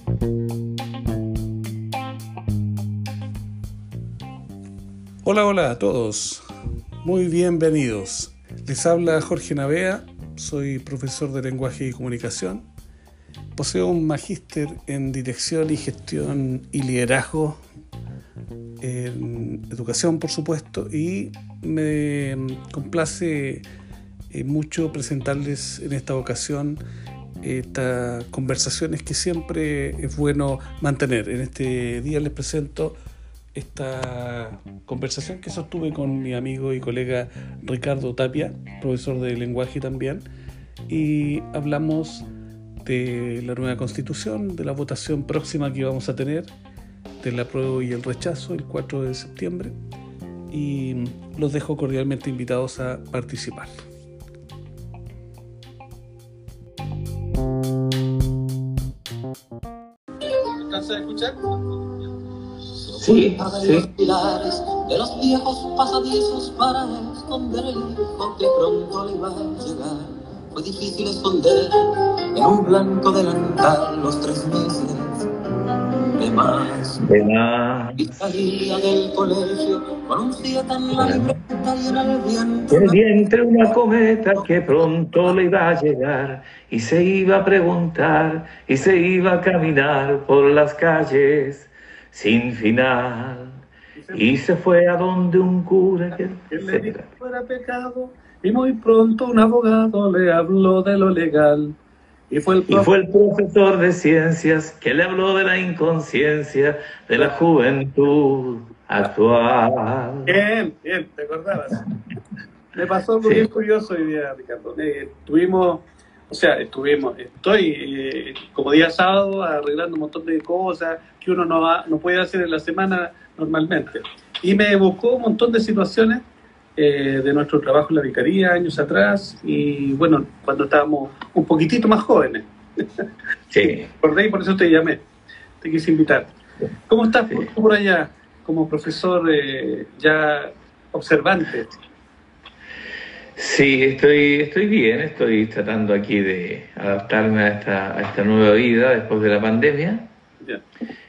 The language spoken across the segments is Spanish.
Hola, hola a todos. Muy bienvenidos. Les habla Jorge Navea, soy profesor de lenguaje y comunicación. Poseo un magíster en dirección y gestión y liderazgo, en educación por supuesto, y me complace mucho presentarles en esta ocasión estas conversaciones que siempre es bueno mantener. En este día les presento esta conversación que sostuve con mi amigo y colega Ricardo Tapia, profesor de lenguaje también, y hablamos de la nueva Constitución, de la votación próxima que vamos a tener, del apruebo y el rechazo el 4 de septiembre, y los dejo cordialmente invitados a participar. ¿Alcanza a escuchar? Sí, sí. Pilares de los viejos pasadizos para esconder el hijo que pronto le iba a llegar. Fue difícil esconder en un blanco delantal los 3 meses de más. Y salía del colegio con un 7 en la libreta y en el viento. El vientre una cometa que pronto le iba a llegar, y se iba a preguntar y se iba a caminar por las calles sin final. Y se fue a donde un cura que le dijo que fuera pecado, y muy pronto un abogado le habló de lo legal. Y fue el profesor de ciencias que le habló de la inconsciencia de la juventud actual. Bien, te acordabas. Me pasó algo bien curioso hoy día, Ricardo. Estoy como día sábado arreglando un montón de cosas que uno no puede hacer en la semana normalmente. Y me evocó un montón de situaciones de nuestro trabajo en la vicaría años atrás, y bueno, cuando estábamos un poquitito más jóvenes. Sí. Por eso te llamé, te quise invitar. ¿Cómo estás por allá como profesor ya observante? Sí, estoy bien, estoy tratando aquí de adaptarme a esta nueva vida después de la pandemia. Ya.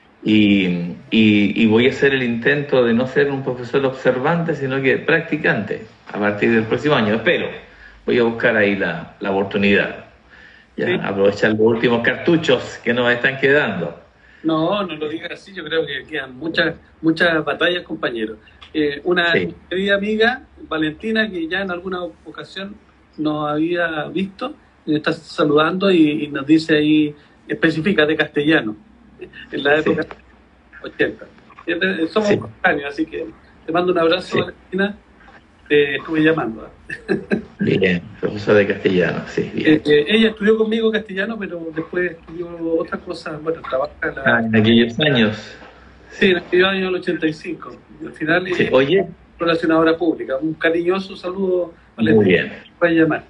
Y voy a hacer el intento de no ser un profesor observante, sino que practicante a partir del próximo año. Espero, voy a buscar ahí la oportunidad. Ya, sí. Aprovechar los últimos cartuchos que nos están quedando. No lo digas así, yo creo que quedan muchas batallas, compañeros. Una querida amiga, Valentina, que ya en alguna ocasión nos había visto, nos está saludando y nos dice ahí, específica de castellano, en la época 80. Somos contemporáneos, así que te mando un abrazo, Valentina. Te estuve llamando. Bien, profesor de castellano, sí, bien. Ella estudió conmigo castellano, pero después estudió otras cosas, bueno, trabaja en aquellos años. Sí, en aquellos años del 85. Y al final, Oye, relacionadora pública. Un cariñoso saludo, Valentina. Muy bien. Voy a llamar.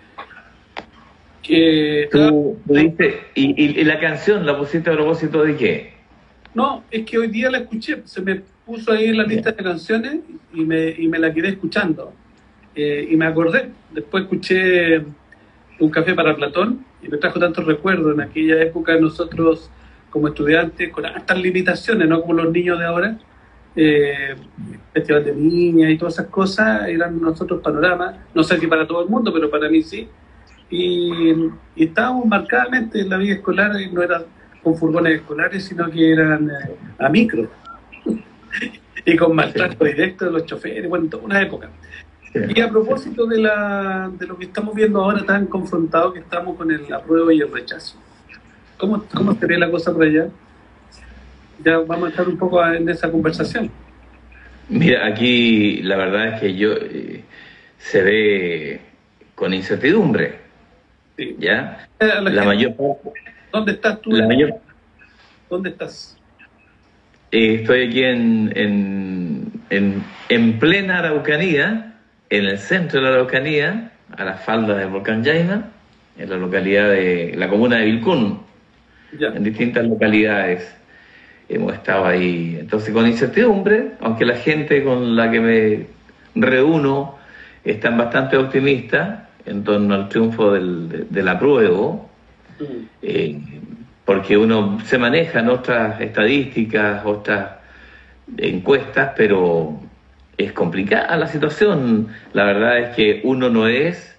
Tú dices, ¿y la canción la pusiste a propósito de qué? No, es que hoy día la escuché, se me puso ahí en la lista de canciones y me la quedé escuchando. Y me acordé, después escuché Un café para Platón y me trajo tantos recuerdos. En aquella época nosotros como estudiantes, con estas limitaciones, no como los niños de ahora, festival de niñas y todas esas cosas, eran nosotros panoramas, no sé si para todo el mundo, pero para mí sí. Y estábamos marcadamente en la vida escolar, no eran con furgones escolares, sino que eran a micro y con maltrato directo de los choferes, bueno, toda una época. Y a propósito de lo que estamos viendo ahora, tan confrontados que estamos con el apruebo y el rechazo, ¿cómo se ve la cosa por allá? Ya vamos a estar un poco en esa conversación. Mira, aquí la verdad es que se ve con incertidumbre. Sí. ¿Ya? La mayor parte. ¿Dónde estás tú? ¿Dónde estás? Estoy aquí en plena Araucanía, en el centro de la Araucanía, a las faldas del volcán Yaima, en la localidad de la comuna de Vilcún. Ya. En distintas localidades hemos estado ahí. Entonces, con incertidumbre, aunque la gente con la que me reúno están bastante optimistas en torno al triunfo del apruebo, porque uno se maneja en otras estadísticas, otras encuestas, pero es complicada la situación. La verdad es que uno no es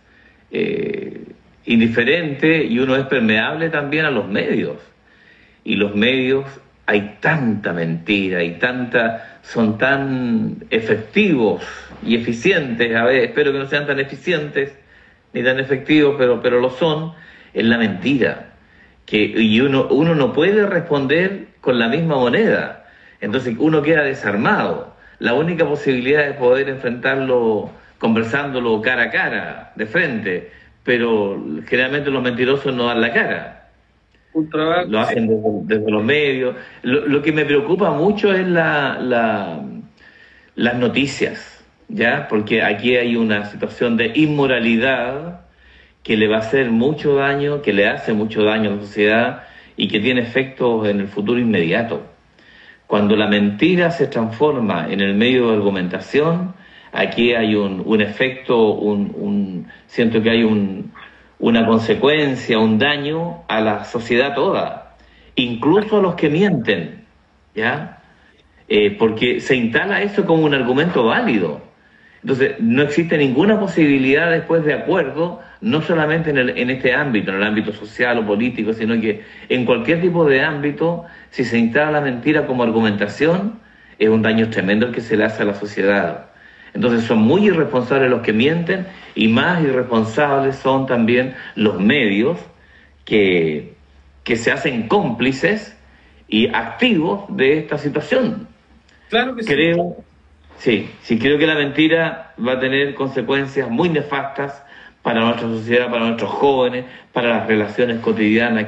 indiferente y uno es permeable también a los medios. Y los medios, hay tanta mentira y son tan efectivos y eficientes, a ver, espero que no sean tan eficientes ni tan efectivos, pero lo son, en la mentira. Y uno no puede responder con la misma moneda, entonces uno queda desarmado. La única posibilidad es poder enfrentarlo conversándolo cara a cara, de frente, pero generalmente los mentirosos no dan la cara. Un trabajo, lo hacen desde los medios. Lo que me preocupa mucho es las noticias, ¿ya? Porque aquí hay una situación de inmoralidad que le va a hacer mucho daño, que le hace mucho daño a la sociedad y que tiene efectos en el futuro inmediato. Cuando la mentira se transforma en el medio de argumentación, aquí hay un efecto, siento que hay una consecuencia, un daño a la sociedad toda, incluso a los que mienten, ¿ya? Porque se instala eso como un argumento válido. Entonces, no existe ninguna posibilidad después de acuerdo, no solamente en este ámbito, en el ámbito social o político, sino que en cualquier tipo de ámbito, si se instala la mentira como argumentación, es un daño tremendo el que se le hace a la sociedad. Entonces son muy irresponsables los que mienten y más irresponsables son también los medios que se hacen cómplices y activos de esta situación. Claro que sí, creo que la mentira va a tener consecuencias muy nefastas para nuestra sociedad, para nuestros jóvenes, para las relaciones cotidianas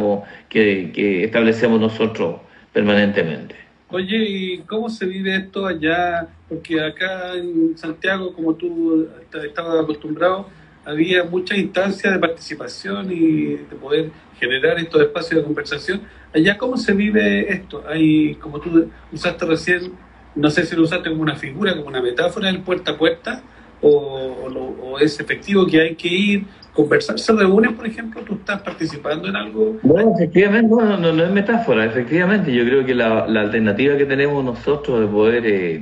que establecemos nosotros permanentemente. Oye, ¿y cómo se vive esto allá? Porque acá en Santiago, como tú estabas acostumbrado, había muchas instancias de participación y de poder generar estos espacios de conversación. Allá, ¿cómo se vive esto? Hay, como tú usaste recién, no sé si lo usaste como una figura, como una metáfora, el puerta a puerta, o es efectivo que hay que ir, conversar. ¿Se reúnen, por ejemplo? ¿Tú estás participando en algo? Bueno, efectivamente, no es metáfora, efectivamente. Yo creo que la alternativa que tenemos nosotros de poder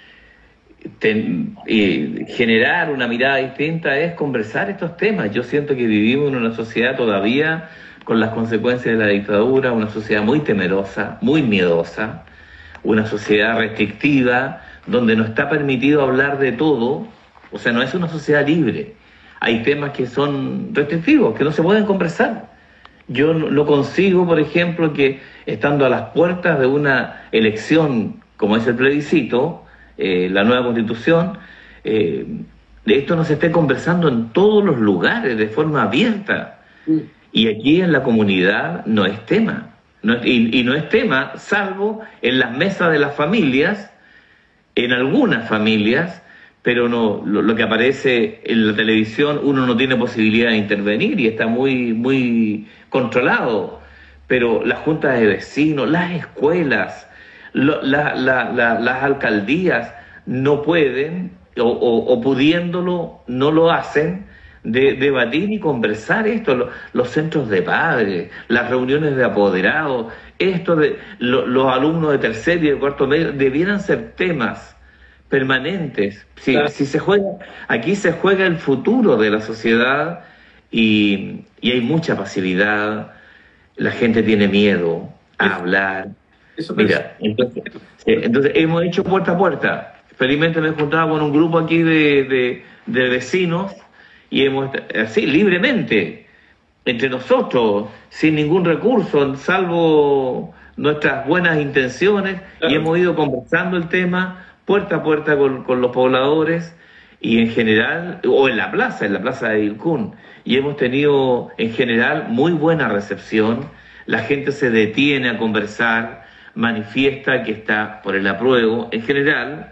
generar una mirada distinta es conversar estos temas. Yo siento que vivimos en una sociedad todavía con las consecuencias de la dictadura, una sociedad muy temerosa, muy miedosa, una sociedad restrictiva, donde no está permitido hablar de todo. O sea, no es una sociedad libre. Hay temas que son restrictivos, que no se pueden conversar. Yo no consigo, por ejemplo, que estando a las puertas de una elección, como es el plebiscito, la nueva Constitución, de esto no se esté conversando en todos los lugares, de forma abierta. Y aquí en la comunidad no es tema. Y no es tema, salvo en las mesas de las familias, en algunas familias, pero no, lo que aparece en la televisión uno no tiene posibilidad de intervenir y está muy controlado. Pero las juntas de vecinos, las escuelas, las alcaldías no pueden, o pudiéndolo, no lo hacen, de debatir y conversar esto. Los centros de padres, las reuniones de apoderados, esto de los alumnos de tercer y de cuarto medio, debieran ser temas permanentes. Claro. Si se juega, aquí se juega el futuro de la sociedad y hay mucha pasividad, la gente tiene miedo a hablar. Mira, entonces hemos hecho puerta a puerta. Felizmente me he juntado con un grupo aquí de vecinos y hemos, así, libremente, entre nosotros, sin ningún recurso, salvo nuestras buenas intenciones, claro. Y hemos ido conversando el tema puerta a puerta con los pobladores y en general, o en la plaza de Vilcún, y hemos tenido en general muy buena recepción. La gente se detiene a conversar, manifiesta que está por el apruebo en general,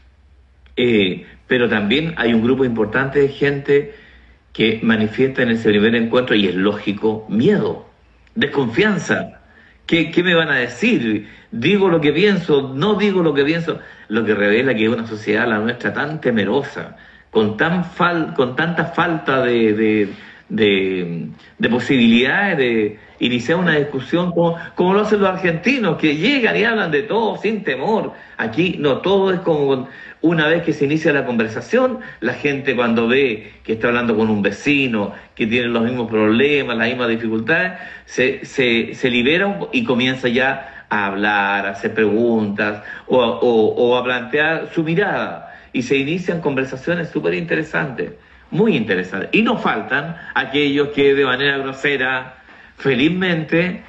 pero también hay un grupo importante de gente que manifiesta en ese primer encuentro, y es lógico, miedo, desconfianza. ¿Qué me van a decir? ¿Digo lo que pienso? ¿No digo lo que pienso? Lo que revela que es una sociedad, la nuestra, tan temerosa, con tanta falta de de posibilidades de iniciar una discusión como lo hacen los argentinos, que llegan y hablan de todo sin temor. Aquí no, todo es como una vez que se inicia la conversación, la gente cuando ve que está hablando con un vecino, que tiene los mismos problemas, las mismas dificultades, se libera y comienza ya a hablar, a hacer preguntas o a plantear su mirada. Y se inician conversaciones súper interesantes, muy interesantes. Y no faltan aquellos que de manera grosera, felizmente,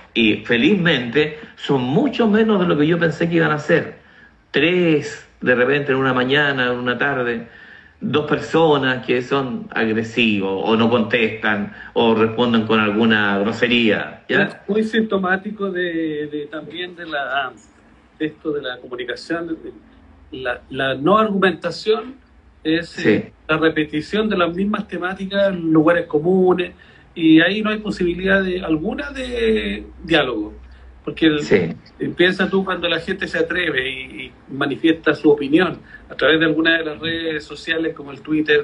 son mucho menos de lo que yo pensé que iban a ser. 3, de repente, en una mañana, en una tarde, 2 personas que son agresivos, o no contestan, o responden con alguna grosería, ¿ya? Es muy sintomático también de esto de la comunicación. La no argumentación es la repetición de las mismas temáticas en lugares comunes, y ahí no hay posibilidad alguna de diálogo, porque piensa tú cuando la gente se atreve y manifiesta su opinión a través de alguna de las redes sociales como el Twitter,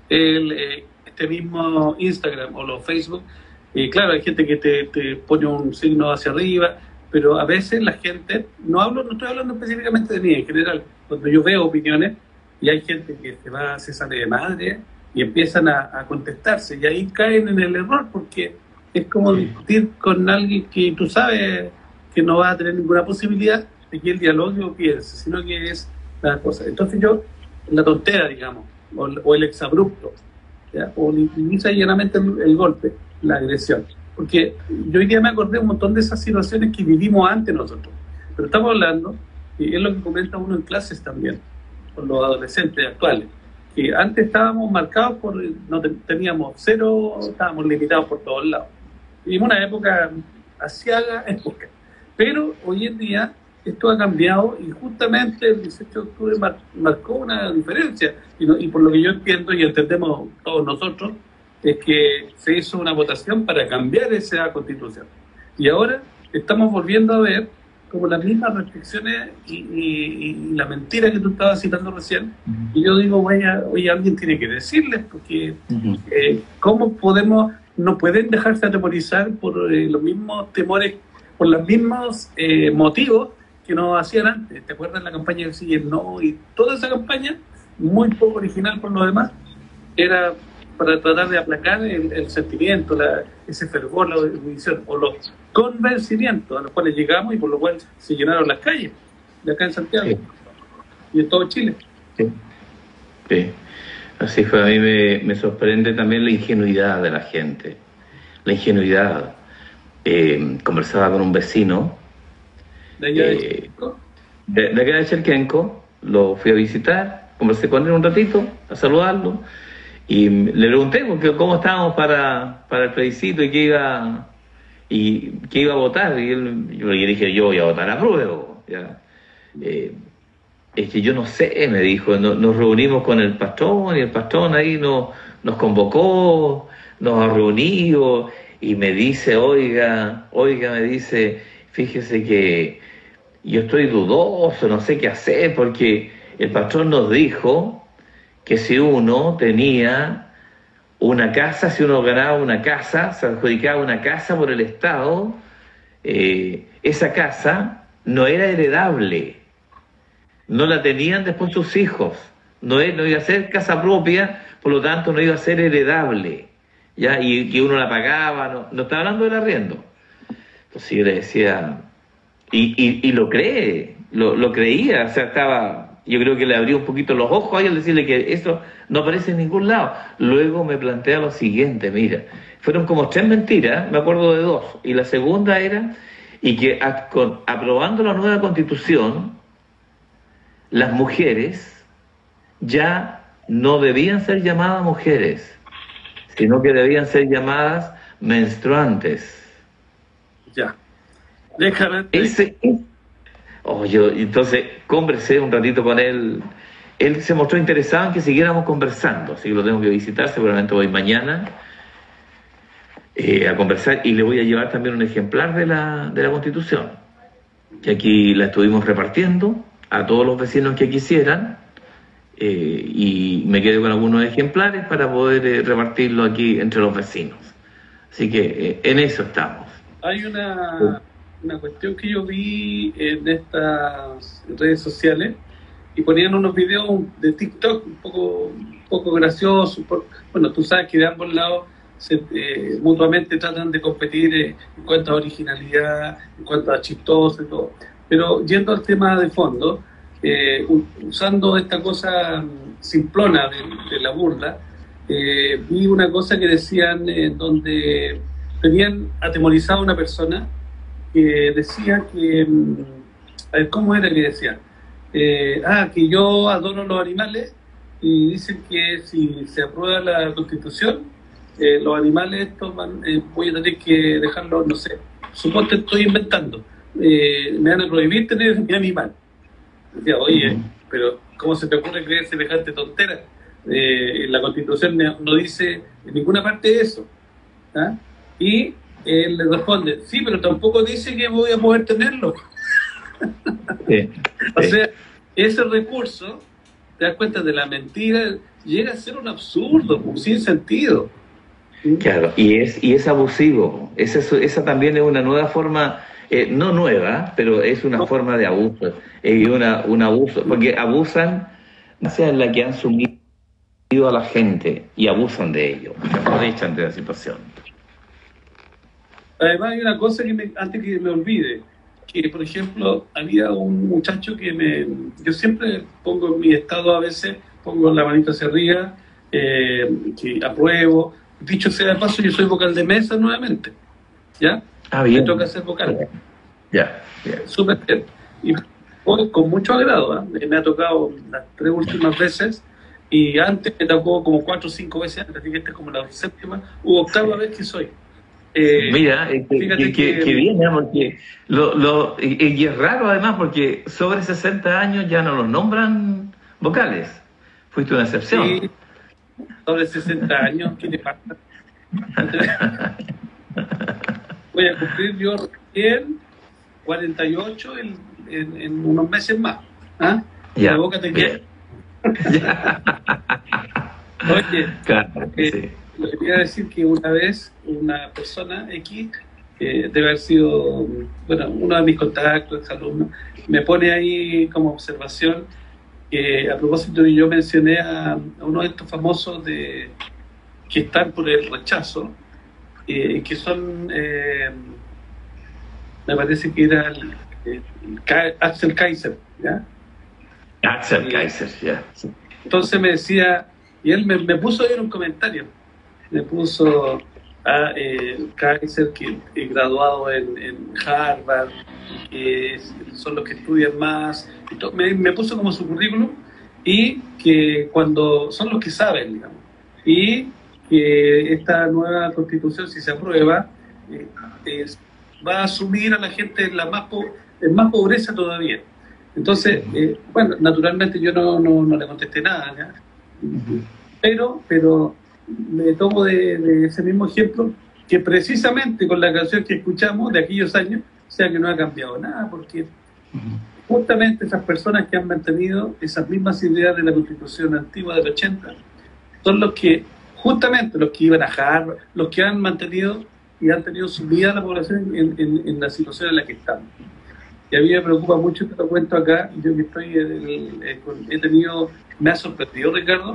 este mismo Instagram o los Facebook, y claro, hay gente que te pone un signo hacia arriba, pero a veces la gente, no estoy hablando específicamente de mí, en general, cuando yo veo opiniones y hay gente que se sale de madre y empiezan a contestarse, y ahí caen en el error, porque es como discutir con alguien que tú sabes que no va a tener ninguna posibilidad de que el diálogo piense, sino que es la cosa. Entonces la tontera, digamos, o el exabrupto, ¿ya? O lisa y llanamente el golpe, la agresión. Porque yo hoy día me acordé un montón de esas situaciones que vivimos antes nosotros, pero estamos hablando, y es lo que comenta uno en clases también, con los adolescentes actuales, que antes estábamos marcados teníamos cero, estábamos limitados por todos lados. Vivimos una época asiaga, pero hoy en día esto ha cambiado, y justamente el 18 de octubre marcó una diferencia, y por lo que yo entiendo y entendemos todos nosotros, es que se hizo una votación para cambiar esa constitución, y ahora estamos volviendo a ver como las mismas restricciones y la mentira que tú estabas citando recién. Y yo digo, oye, alguien tiene que decirles, porque ¿cómo no pueden dejarse atemorizar por los mismos temores, por los mismos motivos que nos hacían antes? ¿Te acuerdas la campaña del sí y el no? Y toda esa campaña, muy poco original por lo demás, era para tratar de aplacar el sentimiento, ese fervor, la división, o los convencimientos a los cuales llegamos y por lo cual se llenaron las calles de acá en Santiago y en todo Chile. Sí. Así fue. A mí me sorprende también la ingenuidad de la gente. La ingenuidad. Conversaba con un vecino de allá de Chalquenco. De acá de Chalquenco. Lo fui a visitar, conversé con él un ratito, a saludarlo, y le pregunté cómo estábamos para el plebiscito y qué iba a votar. Y yo le dije, yo voy a votar a prueba. Es que yo no sé, me dijo. Nos reunimos con el patrón, y el patrón ahí nos convocó, nos ha reunido, y me dice, oiga, me dice, fíjese que yo estoy dudoso, no sé qué hacer, porque el patrón nos dijo que si uno tenía una casa, si uno ganaba una casa, se adjudicaba una casa por el Estado, esa casa no era heredable, no la tenían después sus hijos, no iba a ser casa propia, por lo tanto no iba a ser heredable, ¿ya? Y que uno la pagaba, no estaba hablando del arriendo. Entonces yo le decía, y lo creía, o sea, yo creo que le abrió un poquito los ojos ahí al decirle que eso no aparece en ningún lado. Luego me plantea lo siguiente, mira, fueron como 3 mentiras, me acuerdo de 2, y la segunda era, y que aprobando la nueva constitución, las mujeres ya no debían ser llamadas mujeres, sino que debían ser llamadas menstruantes. Ya. Déjame. Entonces conversé un ratito con él. Él se mostró interesado en que siguiéramos conversando, así que lo tengo que visitar, seguramente voy mañana a conversar, y le voy a llevar también un ejemplar de la Constitución, que aquí la estuvimos repartiendo a todos los vecinos que quisieran, y me quedé con algunos ejemplares para poder repartirlo aquí entre los vecinos. Así que en eso estamos. Hay una cuestión que yo vi en estas redes sociales y ponían unos videos de TikTok un poco graciosos. Bueno, tú sabes que de ambos lados mutuamente tratan de competir en cuanto a originalidad, en cuanto a chistoso y todo. Pero yendo al tema de fondo, usando esta cosa simplona de la burla, vi una cosa que decían donde tenían atemorizado a una persona que decía que, a ver, ¿cómo era que decía? Que yo adoro los animales y dicen que si se aprueba la Constitución, los animales estos voy a tener que dejarlos, no sé, suponte estoy inventando, me van a prohibir tener mi animal. Decía, oye, pero ¿cómo se te ocurre creer semejante tontera? La Constitución no dice en ninguna parte eso. ¿Ah? Y él le responde, sí, pero tampoco dice que voy a poder tenerlo. Sí. O sea, ese recurso, te das cuenta de la mentira, llega a ser un absurdo, sin sentido. Claro, y es abusivo. Esa también es una nueva forma, no nueva, pero es una forma de abuso. Es un abuso, porque abusan hacia la que han sumido a la gente y abusan de ello, se aprovechan de la situación. Además hay una cosa que antes que me olvide, que por ejemplo había un muchacho que yo siempre pongo en mi estado, a veces pongo la manita hacia arriba, que apruebo. Dicho sea de paso, yo soy vocal de mesa nuevamente, ¿ya? Bien. Me toca ser vocal. Ya. Súper bien. Y hoy con mucho agrado, me ha tocado las 3 últimas veces, y antes me tocó como 4 o 5 veces antes, así que esta es como la 7ª u 8ª vez que soy. Mira, que bien, porque y es raro además, porque sobre 60 años ya no los nombran vocales. Fuiste una excepción. Sí, sobre 60 años, ¿qué te pasa? Voy a cumplir yo recién 48 en unos meses más. ¿Ah? Ya, la boca te queda. Oye, claro, sí. Le quería decir que una vez una persona X, debe haber sido, bueno, uno de mis contactos, exalumnos, me pone ahí como observación que a propósito de yo mencioné a uno de estos famosos que están por el rechazo, que son, me parece que era Axel Kaiser, ¿ya? Axel Kaiser, ya. Sí. Entonces me decía, y él me puso ahí en un comentario, me puso a Kaiser, que es graduado en Harvard, que son los que estudian más, me puso como su currículum, y que cuando son los que saben, digamos, y que esta nueva constitución, si se aprueba, va a asumir a la gente en más pobreza todavía. Entonces, bueno, naturalmente yo no le contesté nada, ¿ya? Pero me tomo de ese mismo ejemplo, que precisamente con la canción que escuchamos de aquellos años, o sea que no ha cambiado nada, porque justamente esas personas que han mantenido esas mismas ideas de la Constitución antigua del 80, son justamente los que iban a Harvard, los que han mantenido y han tenido sumida a la población en la situación en la que estamos. Y a mí me preocupa mucho, te lo cuento acá, yo que estoy, me ha sorprendido, Ricardo,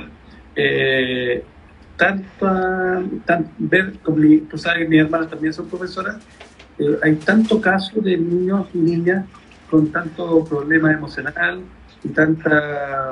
ver, como tú sabes, mis hermanas también son profesoras, hay tanto caso de niños y niñas con tanto problema emocional y tanta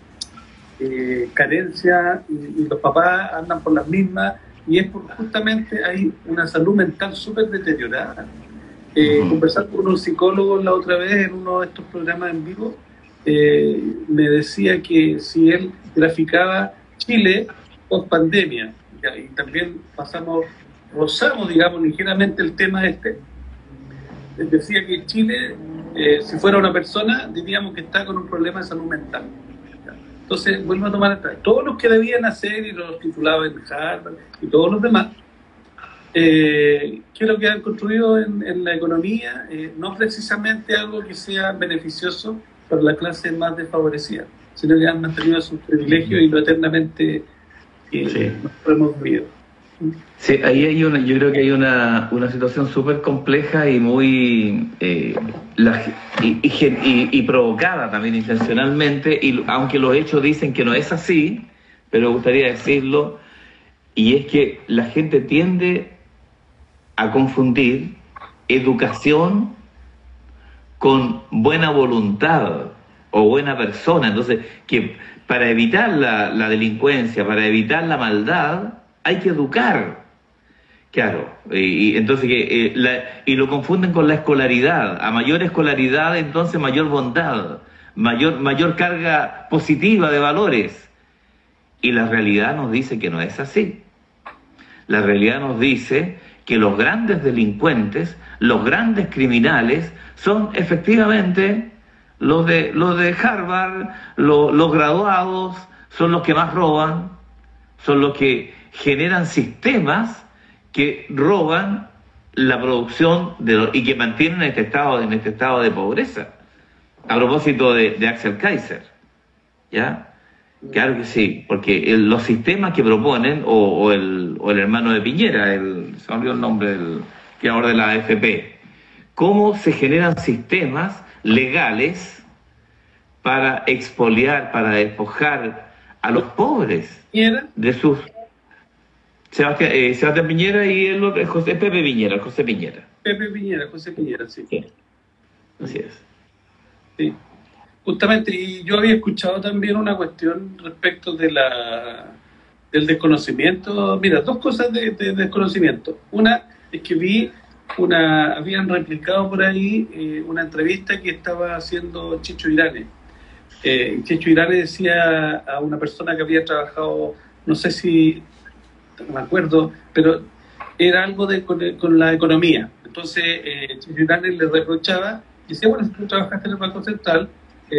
carencia, y los papás andan por las mismas, y es porque justamente hay una salud mental súper deteriorada. Conversar con un psicólogo la otra vez en uno de estos programas en vivo, me decía que si él graficaba Chile post pandemia, y también rozamos, digamos, ligeramente el tema él decía que Chile, si fuera una persona, diríamos que está con un problema de salud mental. Entonces, vuelvo a tomar atrás. Todos los que debían hacer, y los titulados en Harvard, y todos los demás, ¿qué es lo que han construido en la economía? No precisamente algo que sea beneficioso para la clase más desfavorecida. sino que han mantenido sus privilegios y lo eternamente lo hemos vivido. Sí, ahí hay yo creo que hay una situación súper compleja y muy y provocada también intencionalmente, y aunque los hechos dicen que no es así, pero me gustaría decirlo, y es que la gente tiende a confundir educación con buena voluntad o buena persona. Entonces, que para evitar la delincuencia, para evitar la maldad, hay que educar. Claro, y entonces y lo confunden con la escolaridad. A mayor escolaridad, entonces mayor bondad, mayor carga positiva de valores. Y la realidad nos dice que no es así. La realidad nos dice que los grandes delincuentes, los grandes criminales, son efectivamente los de Harvard, los graduados, son los que más roban, son los que generan sistemas que roban la producción y que mantienen este estado de pobreza. A propósito de Axel Kaiser, ¿ya? Claro que sí, porque los sistemas que proponen, o el hermano de Piñera, se me olvidó el nombre del creador de la AFP, cómo se generan sistemas legales para expoliar, para despojar a los pobres de sus... Sebastián Piñera y el otro, Pepe Piñera, José Piñera. José Piñera, sí. Así es. Sí. Justamente, y yo había escuchado también una cuestión respecto del desconocimiento. Mira, dos cosas de desconocimiento. Una es que habían replicado por ahí una entrevista que estaba haciendo Checho Irane. Checho Irane decía a una persona que había trabajado, no sé si, no me acuerdo, pero era algo con la economía. Entonces, Checho Irane le reprochaba, y decía, bueno, si tú trabajaste en el Banco Central,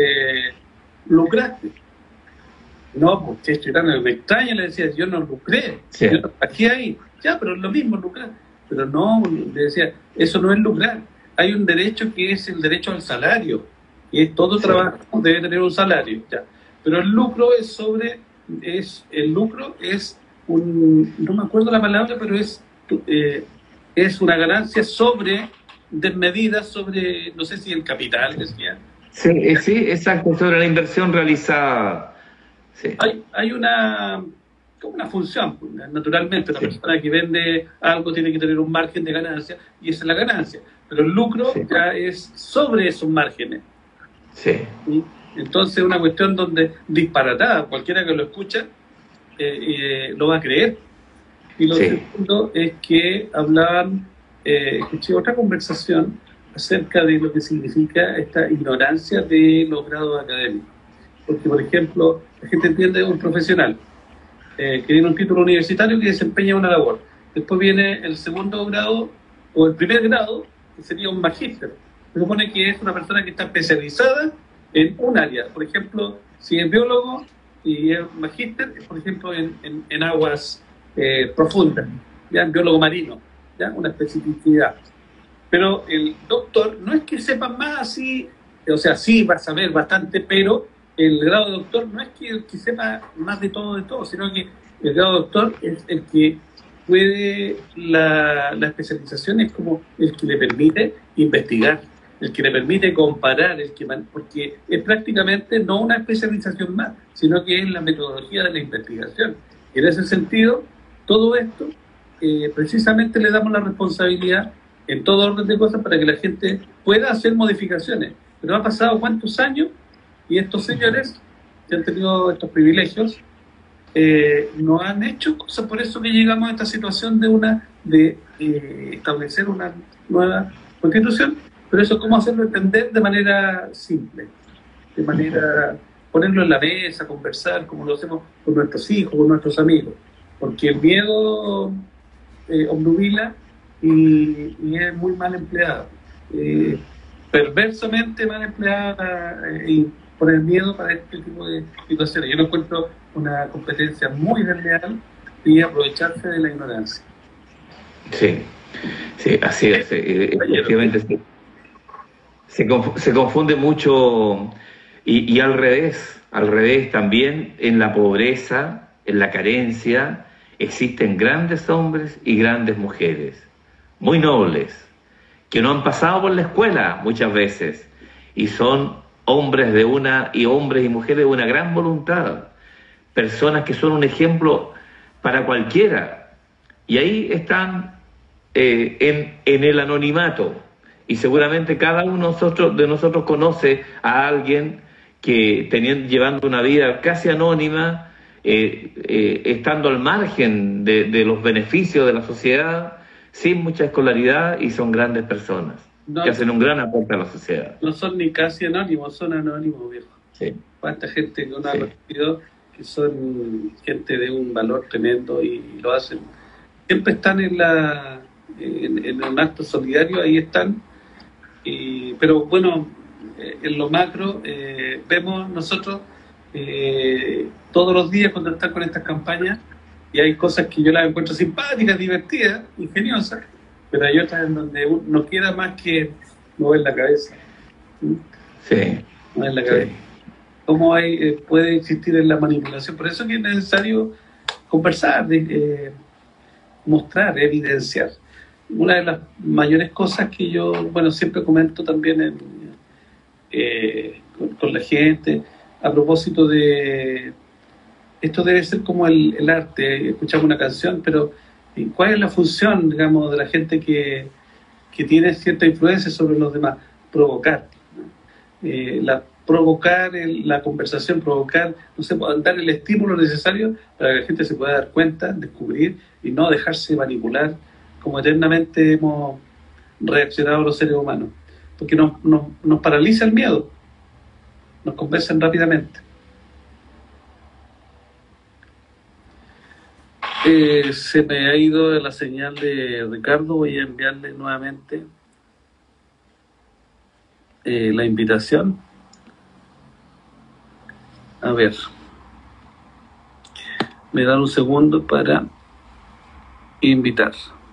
lucraste. No, pues Checho Irane me extraña, le decía, yo no lucré, sí. Yo trabajé ahí, ya, pero es lo mismo lucrar. Pero no, le decía, eso no es lucrar. Hay un derecho que es el derecho al salario, y es todo trabajo debe tener un salario, ya. Pero el lucro es no me acuerdo la palabra, pero es una ganancia desmedida sobre, no sé si el capital, decía. Sí, exacto, sobre la inversión realizada. Sí. Hay como una función, naturalmente, la persona que vende algo tiene que tener un margen de ganancia, y esa es la ganancia, pero el lucro ya es sobre esos márgenes. Sí. ¿Sí? Entonces, una cuestión donde disparatada, cualquiera que lo escucha lo va a creer. Y lo segundo es que escuché otra conversación acerca de lo que significa esta ignorancia de los grados académicos. Porque, por ejemplo, la gente entiende un profesional que tiene un título universitario que desempeña una labor. Después viene el segundo grado o el primer grado, que sería un magíster. Se supone que es una persona que está especializada en un área. Por ejemplo, si es biólogo y es magíster, por ejemplo, en aguas profundas, ya en biólogo marino, ya una especificidad. Pero el doctor no es que sepa más así, o sea, sí va a saber bastante, pero el grado de doctor no es que sepa más de todo, sino que el grado de doctor es el que puede, la especialización es como el que le permite investigar, el que le permite comparar, porque es prácticamente no una especialización más, sino que es la metodología de la investigación. Y en ese sentido, todo esto, precisamente le damos la responsabilidad en todo orden de cosas para que la gente pueda hacer modificaciones. Pero ha pasado cuántos años y estos señores que han tenido estos privilegios no han hecho cosas. Por eso que llegamos a esta situación de establecer una nueva constitución. Pero eso, ¿cómo hacerlo entender de manera simple? De manera, ponerlo en la mesa, conversar, como lo hacemos con nuestros hijos, con nuestros amigos. Porque el miedo obnubila y es muy mal empleado. Perversamente mal empleada y poner miedo para este tipo de situaciones. Yo lo encuentro una competencia muy desleal y aprovecharse de la ignorancia. Sí, así es. Efectivamente, se confunde mucho. Y al revés también en la pobreza, en la carencia, existen grandes hombres y grandes mujeres, muy nobles, que no han pasado por la escuela muchas veces, y son hombres y mujeres de una gran voluntad, personas que son un ejemplo para cualquiera, y ahí están en el anonimato, y seguramente cada uno de nosotros conoce a alguien que llevando una vida casi anónima, estando al margen de los beneficios de la sociedad, sin mucha escolaridad, y son grandes personas, que hacen un gran aporte a la sociedad. No son ni casi anónimos, son anónimos, viejo. Sí. Cuánta gente que uno ha conocido que son gente de un valor tremendo y lo hacen. Siempre están en un acto solidario, ahí están. Pero bueno, en lo macro vemos nosotros todos los días cuando están con estas campañas, y hay cosas que yo las encuentro simpáticas, divertidas, ingeniosas, pero hay otras en donde uno no queda más que mover la cabeza. Sí. Mover la cabeza. ¿Cómo puede existir en la manipulación? Por eso es que es necesario conversar, mostrar, evidenciar. Una de las mayores cosas que yo, bueno, siempre comento también con la gente, a propósito de esto, debe ser como el arte. Escuchamos una canción, pero ¿cuál es la función, digamos, de la gente que tiene cierta influencia sobre los demás? Provocar, ¿no? Provocar la conversación, provocar, no sé, dar el estímulo necesario para que la gente se pueda dar cuenta, descubrir y no dejarse manipular como eternamente hemos reaccionado los seres humanos, porque nos paraliza el miedo, nos convencen rápidamente. Se me ha ido la señal de Ricardo, voy a enviarle nuevamente la invitación. A ver, me dan un segundo para invitar.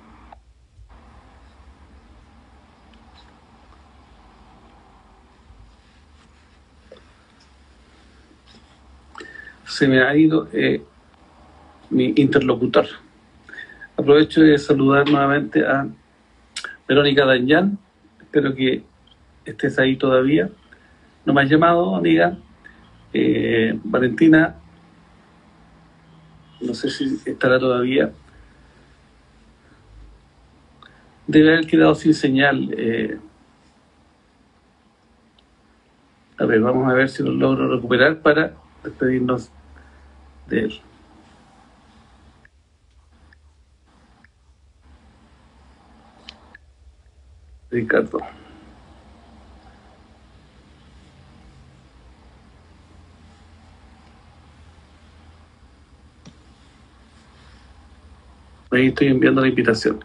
Se me ha ido mi interlocutor. Aprovecho de saludar nuevamente a Verónica Dañán. Espero que estés ahí todavía. No me has llamado, amiga. Valentina, no sé si estará todavía. Debe haber quedado sin señal. A ver, vamos a ver si lo logro recuperar para despedirnos de él. Ricardo. Ahí estoy enviando la invitación.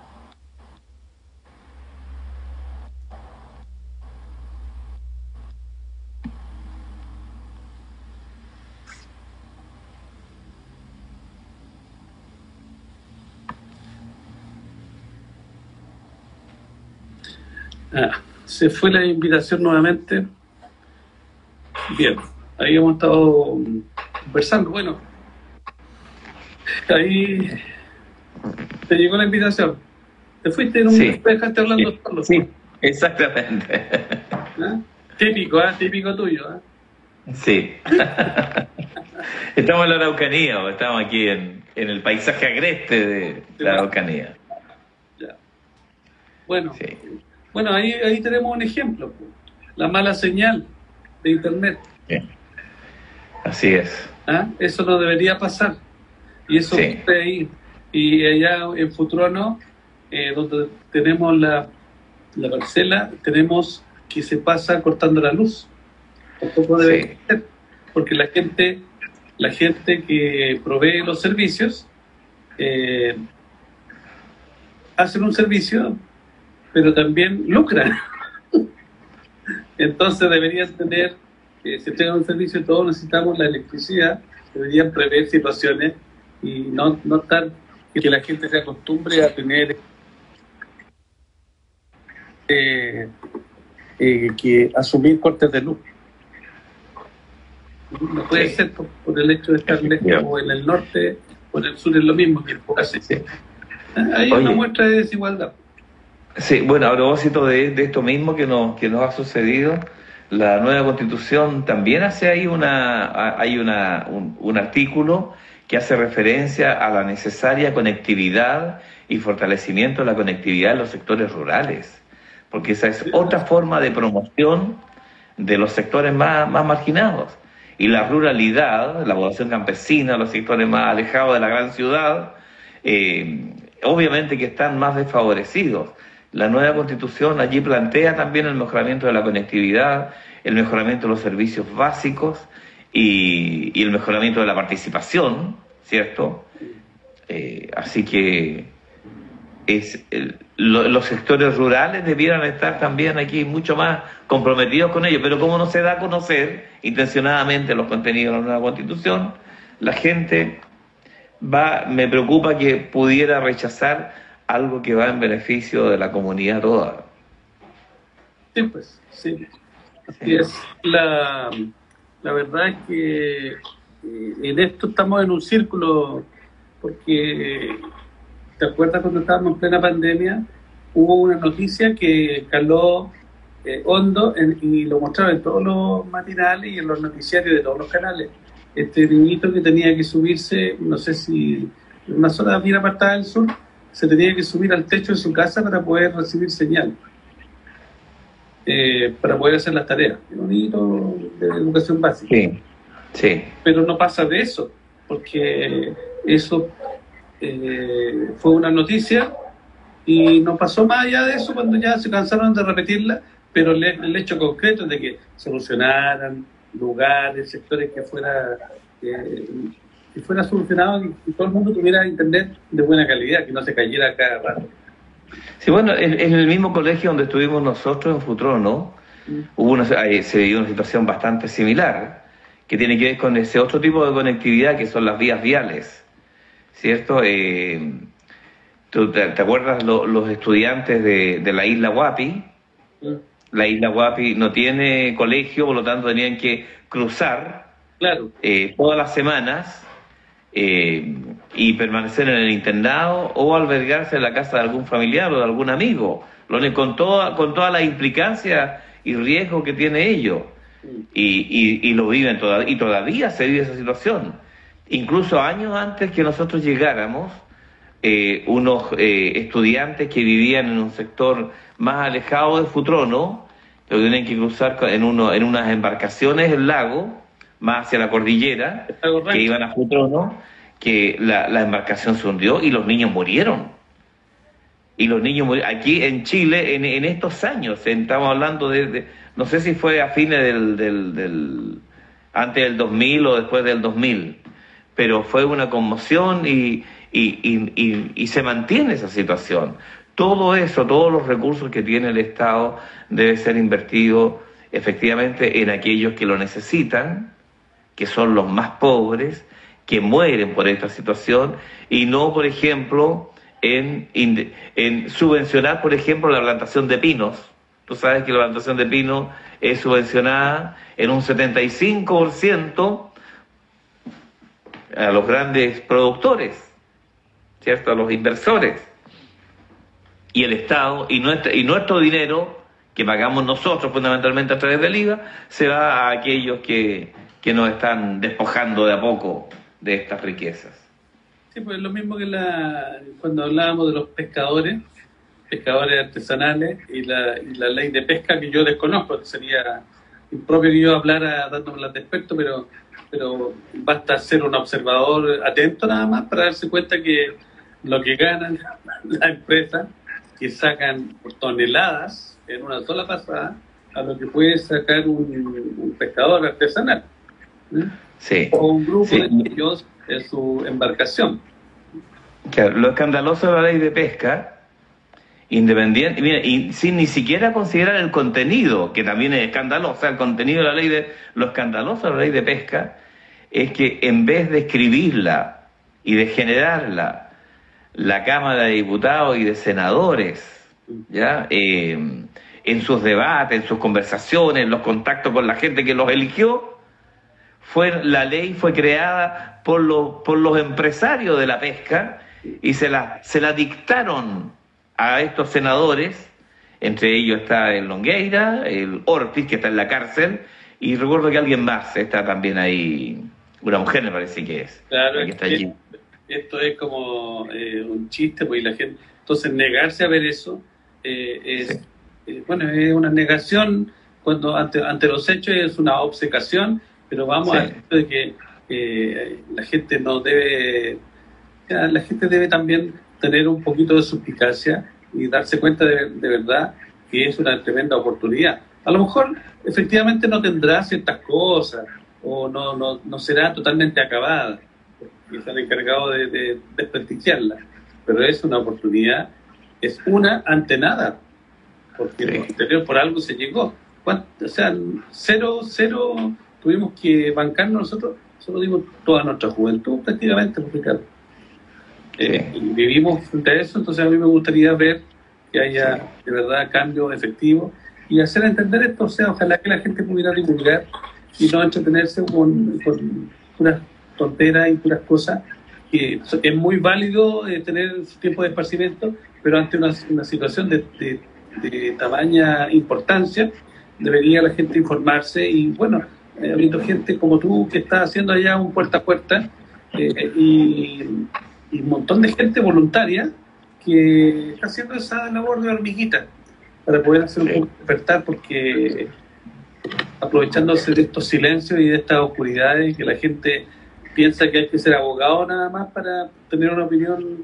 Se fue la invitación nuevamente. Bien, ahí hemos estado conversando. Bueno, ahí te llegó la invitación. Te fuiste en un dejaste hablando solo. Sí, exactamente. ¿Ah? Típico, típico tuyo. Sí. Estamos en la Araucanía, o estamos aquí en el paisaje agreste de la Araucanía. Ya. Bueno, sí. Bueno, ahí tenemos un ejemplo, la mala señal de Internet. Bien. Así es. Eso no debería pasar. Y eso puede ir. Y allá en Futrono, donde tenemos la parcela, tenemos que se pasa cortando la luz. Tampoco debe ser, porque la gente que provee los servicios hacen un servicio, pero también lucran. Entonces deberían tener, si tengan un servicio, todos necesitamos la electricidad, deberían prever situaciones y no estar que la gente se acostumbre a tener que asumir cortes de luz. No puede ser por el hecho de estar lejos o en el norte o en el sur es lo mismo que casi. Hay una muestra de desigualdad. Sí, bueno, a propósito de esto mismo que nos ha sucedido, la nueva Constitución también hace ahí un artículo que hace referencia a la necesaria conectividad y fortalecimiento de la conectividad en los sectores rurales, porque esa es otra forma de promoción de los sectores más marginados. Y la ruralidad, la población campesina, los sectores más alejados de la gran ciudad, obviamente que están más desfavorecidos. La nueva Constitución allí plantea también el mejoramiento de la conectividad, el mejoramiento de los servicios básicos y el mejoramiento de la participación, ¿cierto? Así que los sectores rurales debieran estar también aquí mucho más comprometidos con ello, pero como no se da a conocer intencionadamente los contenidos de la nueva Constitución, la gente me preocupa que pudiera rechazar algo que va en beneficio de la comunidad toda. Sí, pues, sí. Así es. La verdad es que en esto estamos en un círculo, porque ¿te acuerdas cuando estábamos en plena pandemia? Hubo una noticia que caló hondo y lo mostraron en todos los matinales y en los noticiarios de todos los canales. Este niñito que tenía que subirse, no sé si en una zona bien apartada del sur, se tenía que subir al techo de su casa para poder recibir señal, para poder hacer las tareas. Un niñito de educación básica. Sí, sí. Pero no pasa de eso, porque eso fue una noticia y no pasó más allá de eso cuando ya se cansaron de repetirla, pero el hecho concreto de que solucionaran lugares, sectores que fuera solucionado y todo el mundo tuviera internet de buena calidad, que no se cayera cada rato. Sí, bueno, en el mismo colegio donde estuvimos nosotros, en Futrono, se vivió una situación bastante similar, que tiene que ver con ese otro tipo de conectividad que son las vías viales, ¿cierto? ¿Tú te acuerdas los estudiantes de la isla Huapi? La isla Huapi no tiene colegio, por lo tanto tenían que cruzar todas las semanas y permanecer en el internado o albergarse en la casa de algún familiar o de algún amigo, con toda la implicancia y riesgo que tiene ello. Y lo viven y todavía se vive esa situación. Incluso años antes que nosotros llegáramos, unos estudiantes que vivían en un sector más alejado de Futrono, que tenían que cruzar en unas embarcaciones el lago, más hacia la cordillera, que iban a Futrono, que la embarcación se hundió y los niños murieron. Aquí en Chile, en estos años, estamos hablando no sé si fue a fines antes del 2000 o después del 2000, pero fue una conmoción y se mantiene esa situación. Todo eso, todos los recursos que tiene el Estado debe ser invertido efectivamente en aquellos que lo necesitan, que son los más pobres, que mueren por esta situación, y no, por ejemplo, en subvencionar, por ejemplo, la plantación de pinos. Tú sabes que la plantación de pinos es subvencionada en un 75% a los grandes productores, ¿cierto? A los inversores. Y el Estado, y nuestro dinero, que pagamos nosotros fundamentalmente a través del IVA, se va a aquellos que nos están despojando de a poco de estas riquezas. Sí, pues lo mismo que cuando hablábamos de los pescadores artesanales y la ley de pesca, que yo desconozco, sería impropio que yo hablara dándome las de experto, pero basta ser un observador atento nada más para darse cuenta que lo que ganan las empresas, que sacan por toneladas en una sola pasada, a lo que puede sacar un pescador artesanal. Sí. O un grupo de ellos en su embarcación. Claro, lo escandaloso de la ley de pesca, independiente, mira, y sin ni siquiera considerar el contenido, que también es escandaloso, el contenido de la ley lo escandaloso de la ley de pesca es que en vez de escribirla y de generarla la Cámara de Diputados y de Senadores, ¿ya? En sus debates, en sus conversaciones, en los contactos con la gente que los eligió, la ley fue creada por los empresarios de la pesca y se la dictaron a estos senadores. Entre ellos está el Longueira, el Ortiz, que está en la cárcel, y recuerdo que alguien más está también ahí, una mujer me parece que es. Claro, que está allí. Esto es como un chiste, pues, y la gente, entonces negarse a ver eso es una negación, cuando ante los hechos es una obcecación, pero vamos al hecho de que la gente no debe, la gente debe también tener un poquito de suspicacia y darse cuenta de verdad que es una tremenda oportunidad. A lo mejor efectivamente no tendrá ciertas cosas o no será totalmente acabada, porque están encargados de desprestigiarla, pero es una oportunidad, es una ante nada, porque lo anterior por algo se llegó. O sea, cero tuvimos que bancarnos nosotros dimos toda nuestra juventud prácticamente, Ricardo. Y vivimos frente a eso, entonces a mí me gustaría ver que haya de verdad cambios efectivos y hacer entender esto. O sea, ojalá que la gente pudiera divulgar y no entretenerse con puras tonteras y puras cosas, que es muy válido tener su tiempo de esparcimiento, pero ante una situación de tamaña importancia debería la gente informarse y bueno, habiendo gente como tú que está haciendo allá un puerta a puerta y un montón de gente voluntaria que está haciendo esa labor de hormiguita para poder hacer un poco de despertar, porque aprovechándose de estos silencios y de estas oscuridades que la gente piensa que hay que ser abogado nada más para tener una opinión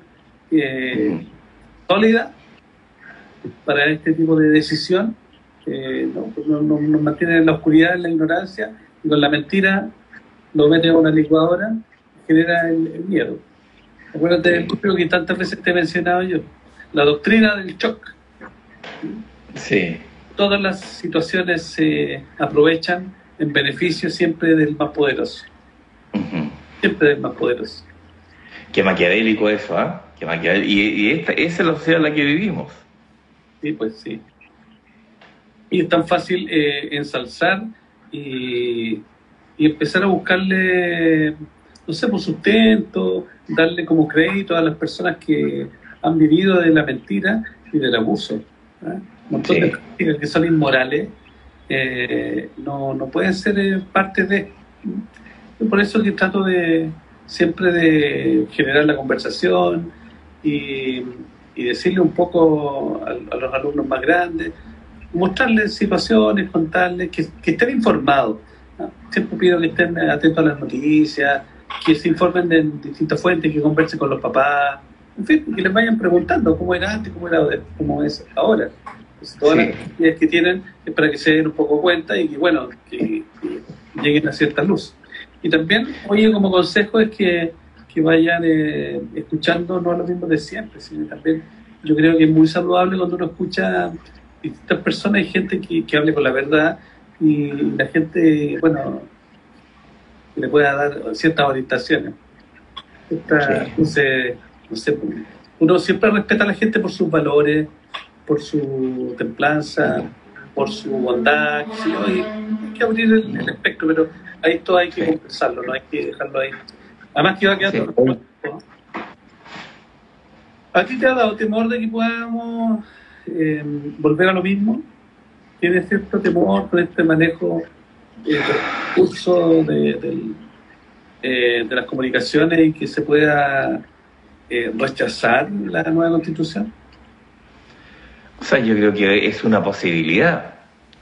sólida para este tipo de decisión, nos mantiene en la oscuridad, en la ignorancia, y con la mentira lo mete a una licuadora y genera el miedo. Acuérdate del libro que tantas veces te he mencionado yo, la doctrina del shock. Sí. Todas las situaciones se aprovechan en beneficio siempre del más poderoso. Siempre del más poderoso. Qué maquiavélico eso, ¿ah? Qué maquiavélico. Y esa es la sociedad en la que vivimos. Sí, pues sí. Y es tan fácil ensalzar y empezar a buscarle, no sé, por sustento, darle como crédito a las personas que han vivido de la mentira y del abuso. Un montón de prácticas que son inmorales no pueden ser parte de. Por eso que trato siempre de generar la conversación y decirle un poco a los alumnos más grandes, mostrarles situaciones, contarles, que estén informados, ¿no? Siempre pido que estén atentos a las noticias, que se informen de distintas fuentes, que conversen con los papás, en fin, que les vayan preguntando cómo era antes, cómo es ahora. Pues todas las noticias que tienen es para que se den un poco cuenta y que lleguen a cierta luz. Y también, oye, como consejo es que vayan escuchando no lo mismo de siempre, sino también yo creo que es muy saludable cuando uno escucha distintas personas y gente que hable con la verdad y la gente, que le pueda dar ciertas orientaciones. Entonces, no sé, uno siempre respeta a la gente por sus valores, por su templanza, por su bondad, y hay que abrir el espectro, pero ahí todo hay que conversarlo, no hay que dejarlo ahí. Además que va a quedar todo el tiempo. ¿A ti te ha dado temor de que podamos volver a lo mismo? ¿Tienes cierto temor con este manejo del curso de las comunicaciones y que se pueda rechazar la nueva Constitución? O sea, yo creo que es una posibilidad.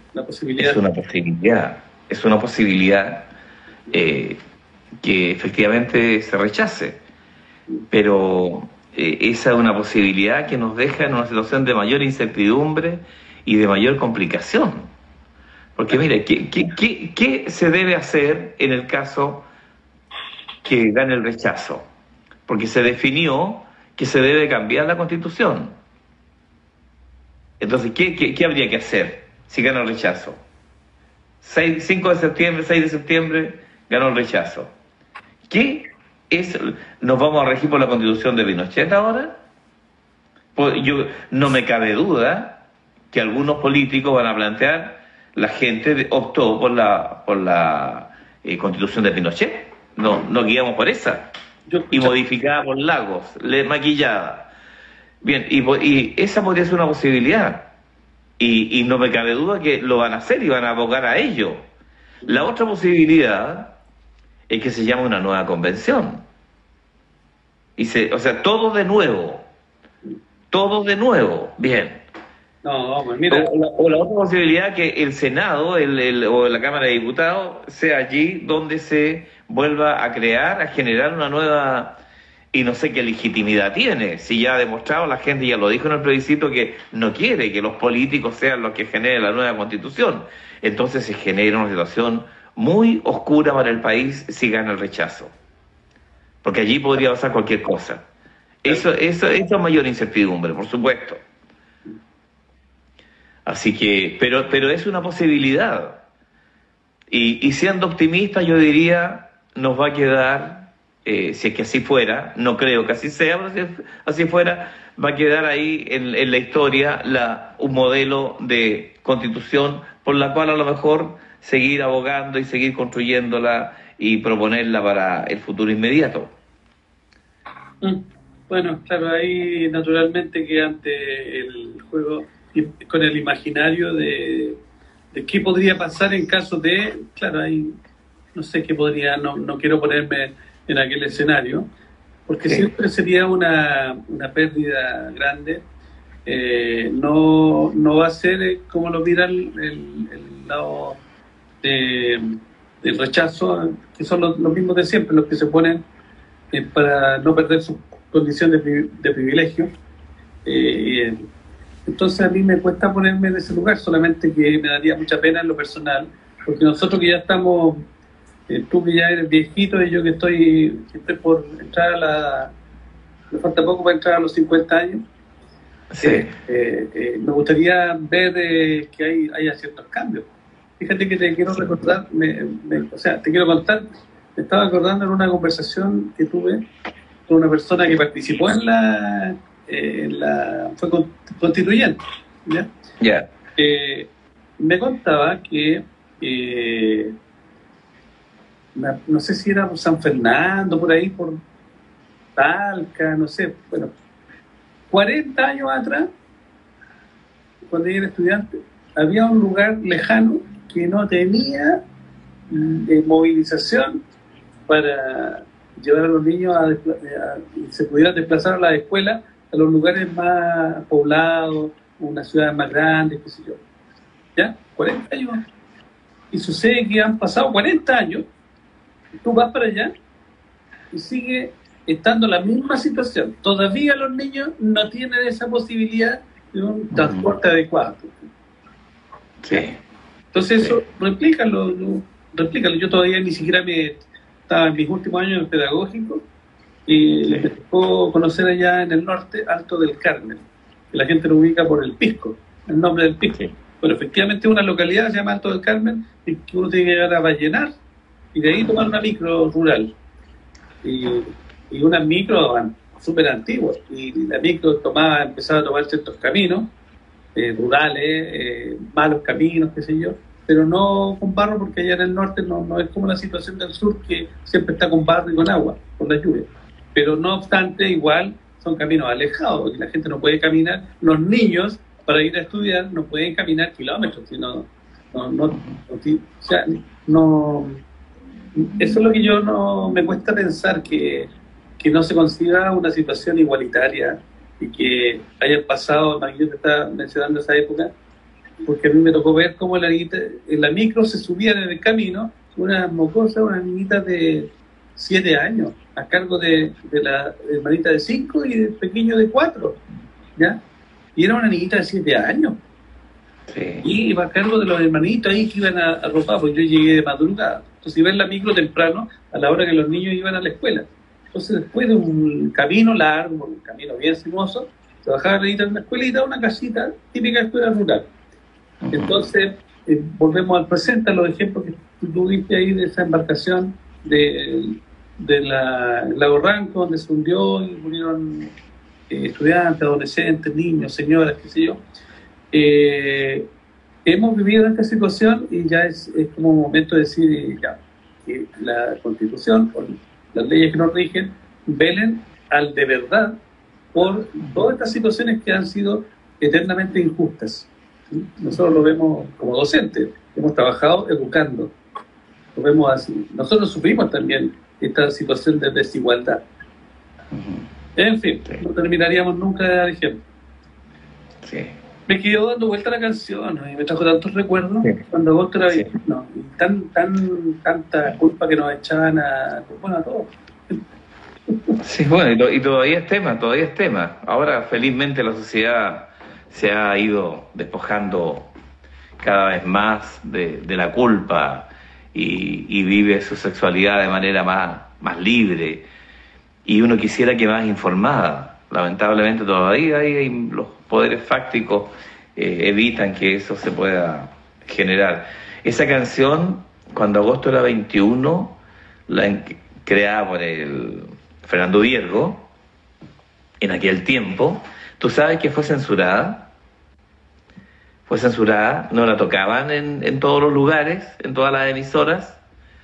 Es una posibilidad que efectivamente se rechace. Pero esa es una posibilidad que nos deja en una situación de mayor incertidumbre y de mayor complicación. Porque mire, ¿qué se debe hacer en el caso que gane el rechazo? Porque se definió que se debe cambiar la Constitución. Entonces, ¿qué habría que hacer si gana el rechazo? 5 de septiembre, 6 de septiembre, ganó el rechazo. ¿Nos vamos a regir por la Constitución de Pinochet ahora? Pues no me cabe duda que algunos políticos van a plantear, la gente optó por la constitución de Pinochet, no guiamos por esa, y modificada por Lagos, maquillada. Bien, y esa podría ser una posibilidad, y no me cabe duda que lo van a hacer y van a abogar a ello. La otra posibilidad es que se llame una nueva convención, o sea, todo de nuevo, bien. No, pues mira. O la otra posibilidad que el Senado o la Cámara de Diputados sea allí donde se vuelva a crear, a generar una nueva, y no sé qué legitimidad tiene, si ya ha demostrado, la gente ya lo dijo en el plebiscito, que no quiere que los políticos sean los que generen la nueva constitución. Entonces se genera una situación muy oscura para el país si gana el rechazo, porque allí podría pasar cualquier cosa. Eso es mayor incertidumbre, por supuesto. Así que, pero es una posibilidad. Y siendo optimista, yo diría, nos va a quedar, si es que así fuera, no creo que así sea, pero si así fuera, va a quedar ahí en la historia un modelo de constitución por la cual a lo mejor seguir abogando y seguir construyéndola y proponerla para el futuro inmediato. Bueno, claro, ahí naturalmente que ante el juego, con el imaginario de qué podría pasar en caso de, claro, ahí no sé qué podría, no quiero ponerme en aquel escenario, porque siempre sería una pérdida grande. No va a ser como lo mira el lado del rechazo, que son los mismos de siempre, los que se ponen para no perder su condición de privilegio. Entonces a mí me cuesta ponerme en ese lugar, solamente que me daría mucha pena en lo personal, porque nosotros que ya estamos, tú que ya eres viejito y yo que estoy por entrar me falta poco para entrar a los 50 años, me gustaría ver que haya ciertos cambios. Fíjate que te quiero recordar, te quiero contar, me estaba acordando en una conversación que tuve con una persona que participó fue constituyente, ¿ya? Yeah. Me contaba que no sé si era por San Fernando, por ahí, por Talca, no sé, bueno, 40 años atrás, cuando ella era estudiante, había un lugar lejano que no tenía movilización para llevar a los niños y se pudieran desplazar a la escuela a los lugares más poblados, unas ciudades más grandes, qué sé yo. ¿Ya? 40 años. Y sucede que han pasado 40 años, y tú vas para allá y sigue estando la misma situación. Todavía los niños no tienen esa posibilidad de un transporte adecuado. Sí. Entonces eso, replícalo. Yo todavía ni siquiera estaba en mis últimos años en pedagógico, y me tocó conocer allá en el norte, Alto del Carmen, que la gente lo ubica por el Pisco, el nombre del Pisco. Bueno, efectivamente una localidad se llama Alto del Carmen, y que uno tiene que llegar a Vallenar y de ahí tomar una micro rural, y unas micro súper antiguas, y la micro empezaba a tomar ciertos caminos rurales, malos caminos, qué sé yo, pero no con barro, porque allá en el norte no es como la situación del sur, que siempre está con barro y con agua, con la lluvia. Pero no obstante, igual son caminos alejados, y la gente no puede caminar, los niños para ir a estudiar no pueden caminar kilómetros, sino eso es lo que yo no me cuesta pensar, que no se consiga una situación igualitaria y que hayan pasado, yo te estaba mencionando esa época, porque a mí me tocó ver cómo en la micro se subían en el camino unas mocosas, unas niñitas de 7 años, a cargo de la hermanita de 5 y del pequeño de 4, ¿ya? Y era una niñita de 7 años. Sí. Y iba a cargo de los hermanitos ahí que iban a ropar, porque yo llegué de madrugada. Entonces iba en la micro temprano, a la hora que los niños iban a la escuela. Entonces después de un camino largo, un camino bien sinuoso, se bajaba la niñita en una escuelita, una casita, típica escuela rural. Entonces, volvemos al presente, a los ejemplos que tú viste ahí de esa embarcación del lago Ranco, donde se hundió y murieron estudiantes, adolescentes, niños, señoras, qué sé yo. Hemos vivido esta situación y ya es como un momento de decir, ya, que la Constitución o las leyes que nos rigen velen al de verdad por todas estas situaciones que han sido eternamente injustas. ¿Sí? Nosotros lo vemos como docentes, hemos trabajado educando, lo vemos así. Nosotros sufrimos también esta situación de desigualdad. En fin, no terminaríamos nunca de dar ejemplo. Sí. Me quedó dando vuelta la canción, ¿no? Y me trajo tantos recuerdos cuando Agosto era no, y tanta culpa que nos echaban a todos. Sí, bueno, y todavía es tema. Ahora, felizmente, la sociedad se ha ido despojando cada vez más de la culpa y vive su sexualidad de manera más libre. Y uno quisiera que más informada. Lamentablemente todavía hay los poderes fácticos evitan que eso se pueda generar. Esa canción, cuando Agosto era 21, creada por el Fernando Viergo, en aquel tiempo, ¿tú sabes que fue censurada? Fue censurada, no la tocaban en todos los lugares, en todas las emisoras,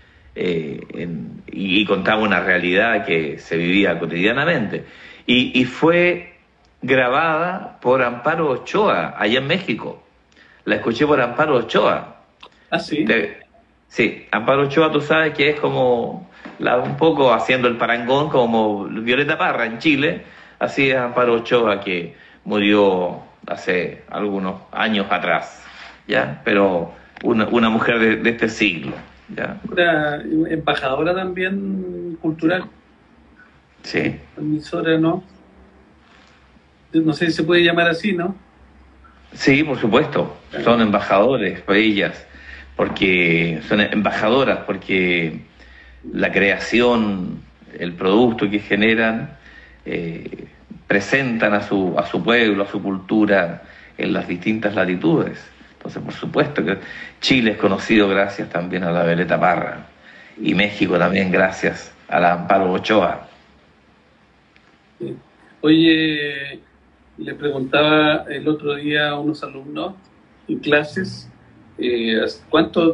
y contaba una realidad que se vivía cotidianamente. Y fue grabada por Amparo Ochoa, allá en México. La escuché por Amparo Ochoa. ¿Ah, sí? Sí, Amparo Ochoa, tú sabes que es como un poco haciendo el parangón como Violeta Parra en Chile. Así es Amparo Ochoa, que murió hace algunos años atrás, ¿ya? Pero una mujer de este siglo, ¿ya? Una embajadora también cultural. Sí. Emisora, ¿no? No sé si se puede llamar así, ¿no? Sí, por supuesto. Son embajadores, pues ellas, porque son embajadoras, porque la creación, el producto que generan, presentan a su pueblo, a su cultura en las distintas latitudes. Entonces, por supuesto que Chile es conocido gracias también a la Violeta Parra, y México también gracias a la Amparo Ochoa. Sí. Oye, le preguntaba el otro día a unos alumnos en clases cuánto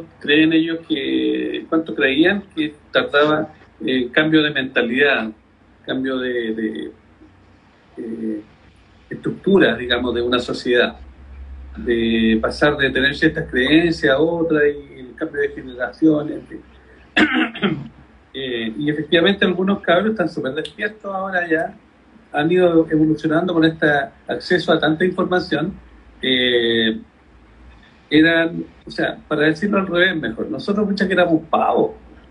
creían que tardaba cambio de mentalidad, cambio de estructura, digamos, de una sociedad, de pasar de tener ciertas creencias a otras y el cambio de generaciones, en fin. Y efectivamente algunos cabros están súper despiertos ahora ya, han ido evolucionando con este acceso a tanta información. O sea, para decirlo al revés mejor, nosotros muchas que éramos pavos,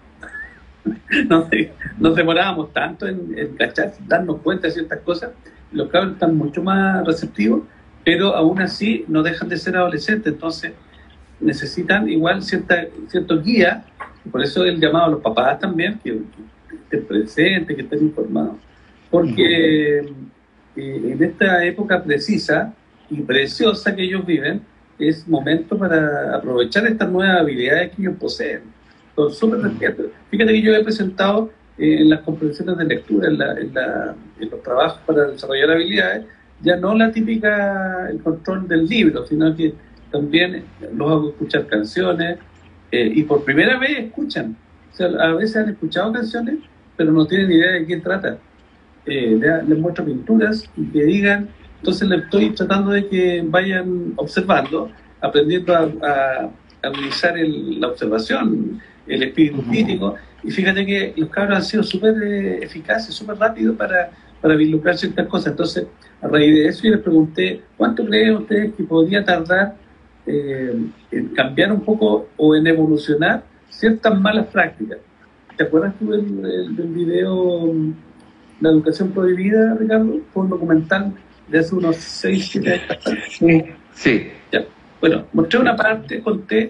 nos demorábamos tanto en cachar, darnos cuenta de ciertas cosas. Los cabros están mucho más receptivos, pero aún así no dejan de ser adolescentes, entonces necesitan igual ciertos guías. Por eso el llamado a los papás también, que estén presentes, que estén informados. Porque en esta época precisa y preciosa que ellos viven, es momento para aprovechar estas nuevas habilidades que ellos poseen. Son súper despiertos. Fíjate que yo he presentado en las comprensiones de lectura, en los trabajos para desarrollar habilidades, ya no la típica, el control del libro, sino que también los hago escuchar canciones, y por primera vez escuchan. O sea, a veces han escuchado canciones, pero no tienen idea de quién trata. Les muestro pinturas y que digan, entonces les estoy tratando de que vayan observando, aprendiendo a utilizar la observación, el espíritu crítico, y fíjate que los cabros han sido súper eficaces, súper rápidos para vislumbrar ciertas cosas. Entonces, a raíz de eso yo les pregunté, ¿cuánto creen ustedes que podría tardar en cambiar un poco o en evolucionar ciertas malas prácticas? ¿Te acuerdas tú del video La educación prohibida, Ricardo? Fue un documental de hace unos 6-7 años. Sí. Ya. Bueno, mostré una parte, conté,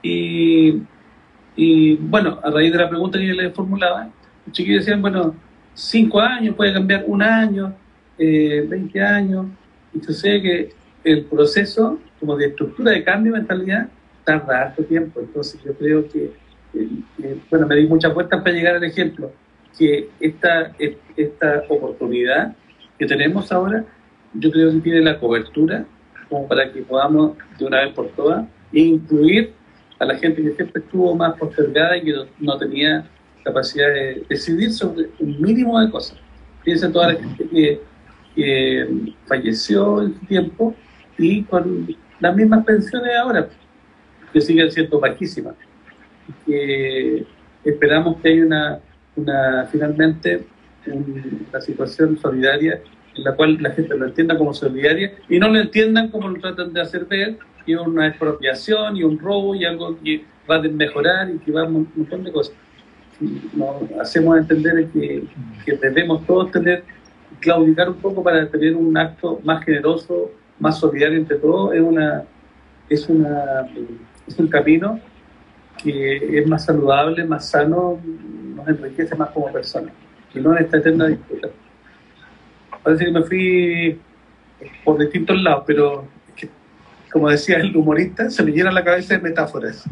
y bueno, a raíz de la pregunta que yo les formulaba, los chiquillos decían, bueno, 5 años, puede cambiar 1 año, 20 años, y sucede que el proceso como de estructura de cambio de mentalidad tarda harto tiempo. Entonces yo creo que bueno, me di muchas vueltas para llegar al ejemplo, que esta oportunidad que tenemos ahora, yo creo que tiene la cobertura como para que podamos de una vez por todas incluir a la gente que siempre estuvo más postergada y que no tenía capacidad de decidir sobre un mínimo de cosas. Piensa en toda la gente que falleció en su tiempo y con las mismas pensiones ahora, que siguen siendo bajísimas. Que esperamos que haya finalmente una situación solidaria en la cual la gente lo entienda como solidaria y no lo entiendan como lo tratan de hacer ver, que es una expropiación y un robo y algo que va a mejorar y que va a un montón de cosas. Nos hacemos entender que debemos todos claudicar un poco para tener un acto más generoso, más solidario entre todos. Es un camino que es más saludable, más sano, nos enriquece más como personas, y no en esta eterna disputa. Parece que me fui por distintos lados, pero es que, como decía el humorista, se me llena la cabeza de metáforas.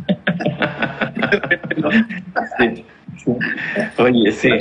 Sí. Oye, sí,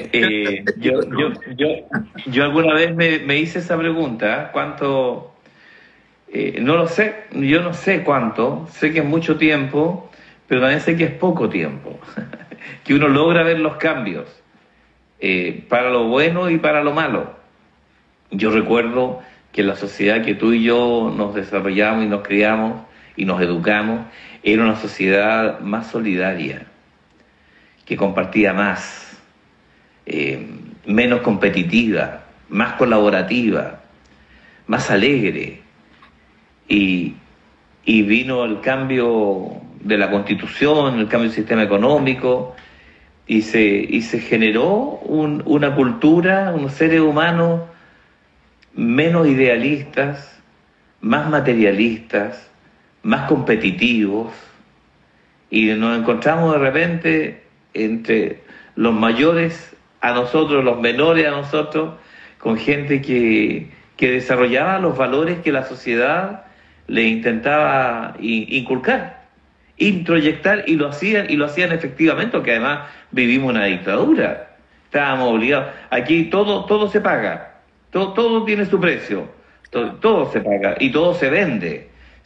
yo alguna vez me hice esa pregunta, ¿cuánto? No lo sé, yo no sé cuánto, sé que es mucho tiempo, pero también sé que es poco tiempo, que uno logra ver los cambios, para lo bueno y para lo malo. Yo recuerdo que la sociedad que tú y yo nos desarrollamos y nos criamos y nos educamos era una sociedad más solidaria, que compartía más, menos competitiva, más colaborativa, más alegre. Y vino el cambio de la Constitución, el cambio del sistema económico, y se generó una cultura, unos seres humanos menos idealistas, más materialistas, más competitivos, y nos encontramos de repente entre los mayores a nosotros, los menores a nosotros, con gente que desarrollaba los valores que la sociedad le intentaba inculcar, introyectar, y lo hacían efectivamente, porque además vivimos una dictadura, estábamos obligados, aquí todo se paga, todo tiene su precio, todo se paga y todo se vende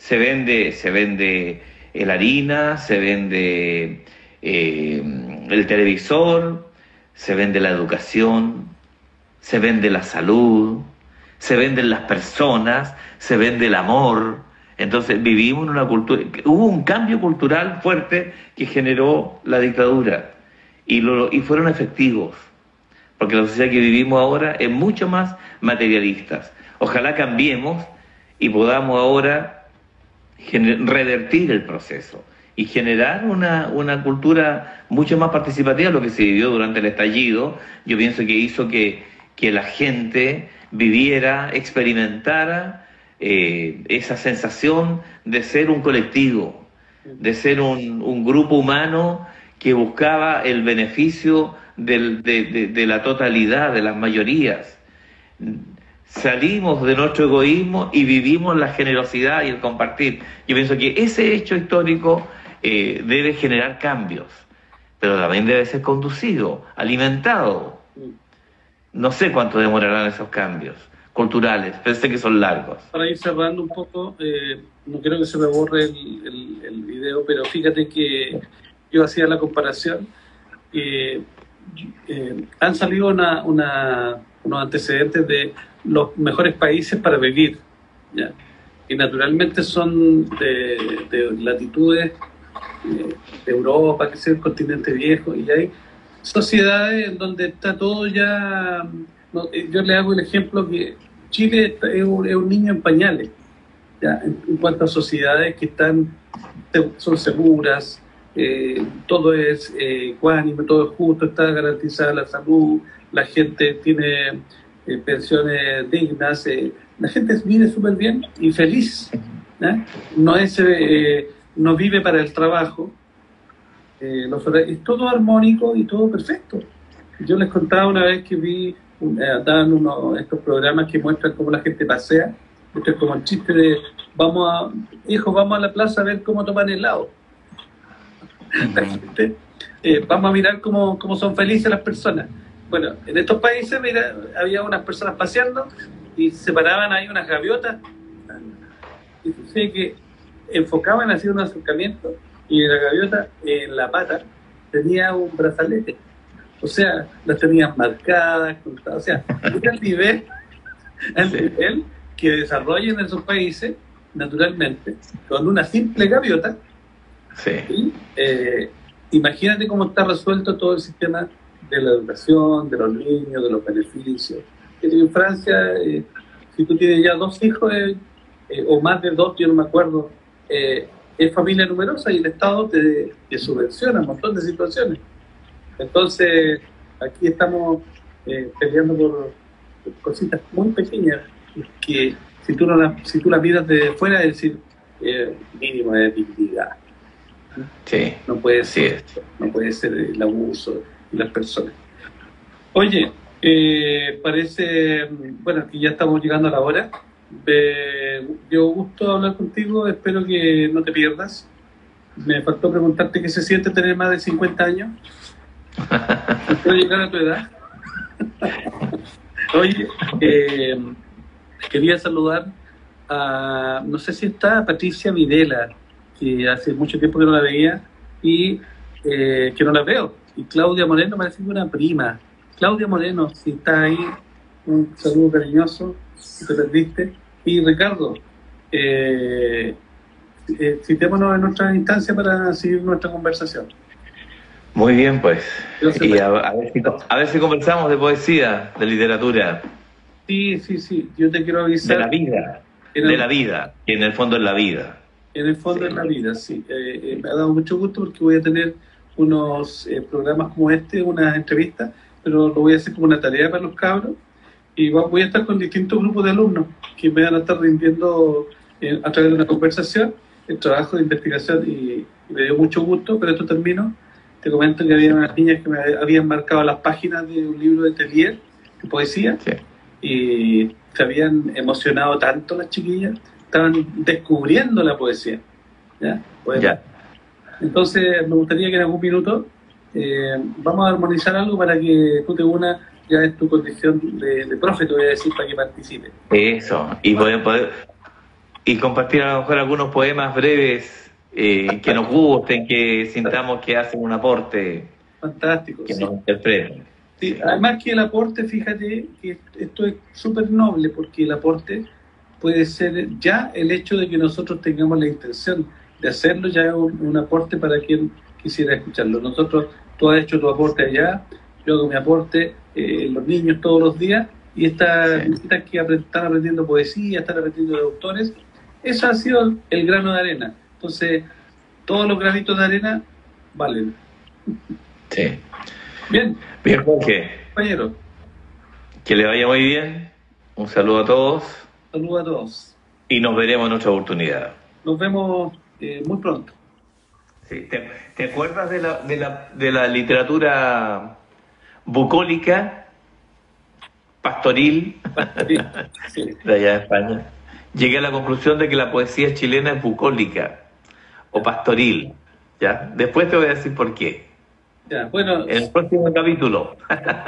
la harina, se vende el televisor, se vende la educación, se vende la salud, se venden las personas, se vende el amor. Entonces vivimos en una cultura, hubo un cambio cultural fuerte que generó la dictadura y fueron efectivos, porque la sociedad que vivimos ahora es mucho más materialista. Ojalá cambiemos y podamos ahora revertir el proceso y generar una cultura mucho más participativa. Lo que se vivió durante el estallido, yo pienso que hizo que la gente viviera, experimentara esa sensación de ser un colectivo, de ser un grupo humano que buscaba el beneficio de la totalidad, de las mayorías. Salimos de nuestro egoísmo y vivimos la generosidad y el compartir. Yo pienso que ese hecho histórico debe generar cambios, pero también debe ser conducido, alimentado. No sé cuánto demorarán esos cambios culturales, pero sé que son largos. Para ir cerrando un poco, no quiero que se me borre el video, pero fíjate que yo hacía la comparación. Han salido unos antecedentes de los mejores países para vivir, ¿ya? Y naturalmente son de latitudes de Europa, que es el continente viejo, y hay sociedades en donde está todo ya. Yo le hago el ejemplo que Chile es un niño en pañales, ¿ya? En cuanto a sociedades que son seguras, todo es ecuánime, todo es justo, está garantizada la salud, la gente tiene pensiones dignas, la gente vive súper bien y feliz, ¿ya? No vive para el trabajo, es todo armónico y todo perfecto. Yo les contaba una vez que vi daban estos programas que muestran cómo la gente pasea. Esto es como el chiste de vamos a la plaza a ver cómo toman helado. La gente, vamos a mirar cómo son felices las personas. Bueno, en estos países, mira, había unas personas paseando y se paraban ahí unas gaviotas, y sucede que enfocaban, hacían un acercamiento y la gaviota en la pata tenía un brazalete. O sea, las tenían marcadas, contadas. O sea, era el nivel que desarrollan en esos países, naturalmente, con una simple gaviota. Sí. Y, imagínate cómo está resuelto todo el sistema de la educación, de los niños, de los beneficios. En Francia, si tú tienes ya 2 hijos, o más de 2, yo no me acuerdo, es familia numerosa y el Estado te subvenciona un montón de situaciones. Entonces, aquí estamos peleando por cositas muy pequeñas que si tú la miras de fuera, es decir, mínimo de dignidad. Sí. No puede ser el abuso de las personas. Oye, parece, bueno, que ya estamos llegando a la hora. Dio gusto hablar contigo, espero que no te pierdas. Me faltó preguntarte qué se siente tener más de 50 años. ¿Puedo llegar a tu edad? Oye, quería saludar a, no sé si está Patricia Videla, que hace mucho tiempo que no la veía y que no la veo. Y Claudia Moreno, parece que es una prima. Claudia Moreno, si está ahí, un saludo cariñoso, si te perdiste. Y Ricardo, citémonos en nuestra instancia para seguir nuestra conversación. Muy bien, pues. Y a ver si conversamos de poesía, de literatura. Sí. Yo te quiero avisar. De la vida. Y en el fondo es la vida. En el fondo es la vida, sí. Me ha dado mucho gusto porque voy a tener unos programas como este, unas entrevistas, pero lo voy a hacer como una tarea para los cabros. Y voy a estar con distintos grupos de alumnos que me van a estar rindiendo a través de una conversación el trabajo de investigación y me dio mucho gusto, pero esto termino. Te comento que había unas niñas que me habían marcado las páginas de un libro de Tellier, de poesía, sí. Y se habían emocionado tanto las chiquillas, estaban descubriendo la poesía. ¿Ya? Bueno, ya. Entonces me gustaría que en algún minuto vamos a armonizar algo para que tú te unas, ya es tu condición de profe, te voy a decir, para que participe. Eso, y poder y compartir a lo mejor algunos poemas breves que nos gusten, que sintamos que hacen un aporte. Fantástico. Que nos interpreten. Sí, además que el aporte, fíjate que esto es súper noble, porque el aporte puede ser ya el hecho de que nosotros tengamos la intención de hacerlo, ya es un aporte para quien quisiera escucharlo. Tú has hecho tu aporte allá, yo hago mi aporte, los niños todos los días, y estas que están aprendiendo poesía, están aprendiendo de autores, eso ha sido el grano de arena. Entonces, todos los granitos de arena valen. Sí. Bien, Jorge. Compañero. Que le vaya muy bien. Un saludo a todos. Saludos a todos. Y nos veremos en otra oportunidad. Nos vemos muy pronto. Sí. ¿Te acuerdas de la literatura bucólica, pastoril, sí. de allá de España? Llegué a la conclusión de que la poesía chilena es bucólica o pastoril. ¿Ya? Después te voy a decir por qué. Ya, bueno. En el próximo capítulo.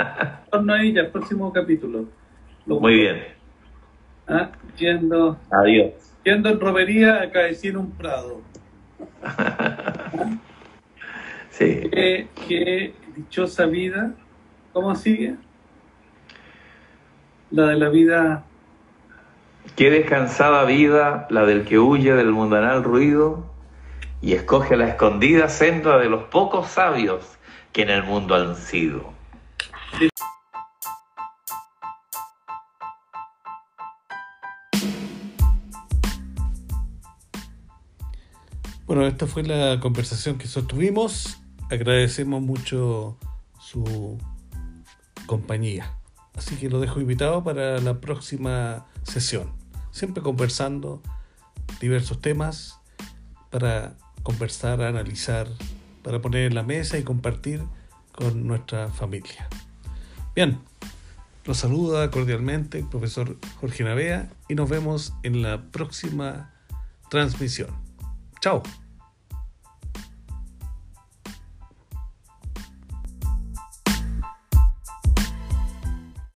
El próximo capítulo. Muy bien. Yendo. Adiós. Yendo en romería, acaecí en un prado. Sí. Qué dichosa vida. ¿Cómo sigue? La de la vida. Qué descansada vida la del que huye del mundanal ruido y escoge la escondida senda de los pocos sabios que en el mundo han sido. Bueno, esta fue la conversación que sostuvimos. Agradecemos mucho su compañía. Así que lo dejo invitado para la próxima sesión. Siempre conversando diversos temas para conversar, analizar, para poner en la mesa y compartir con nuestra familia. Bien, los saluda cordialmente el profesor Jorge Navea y nos vemos en la próxima transmisión. Chao.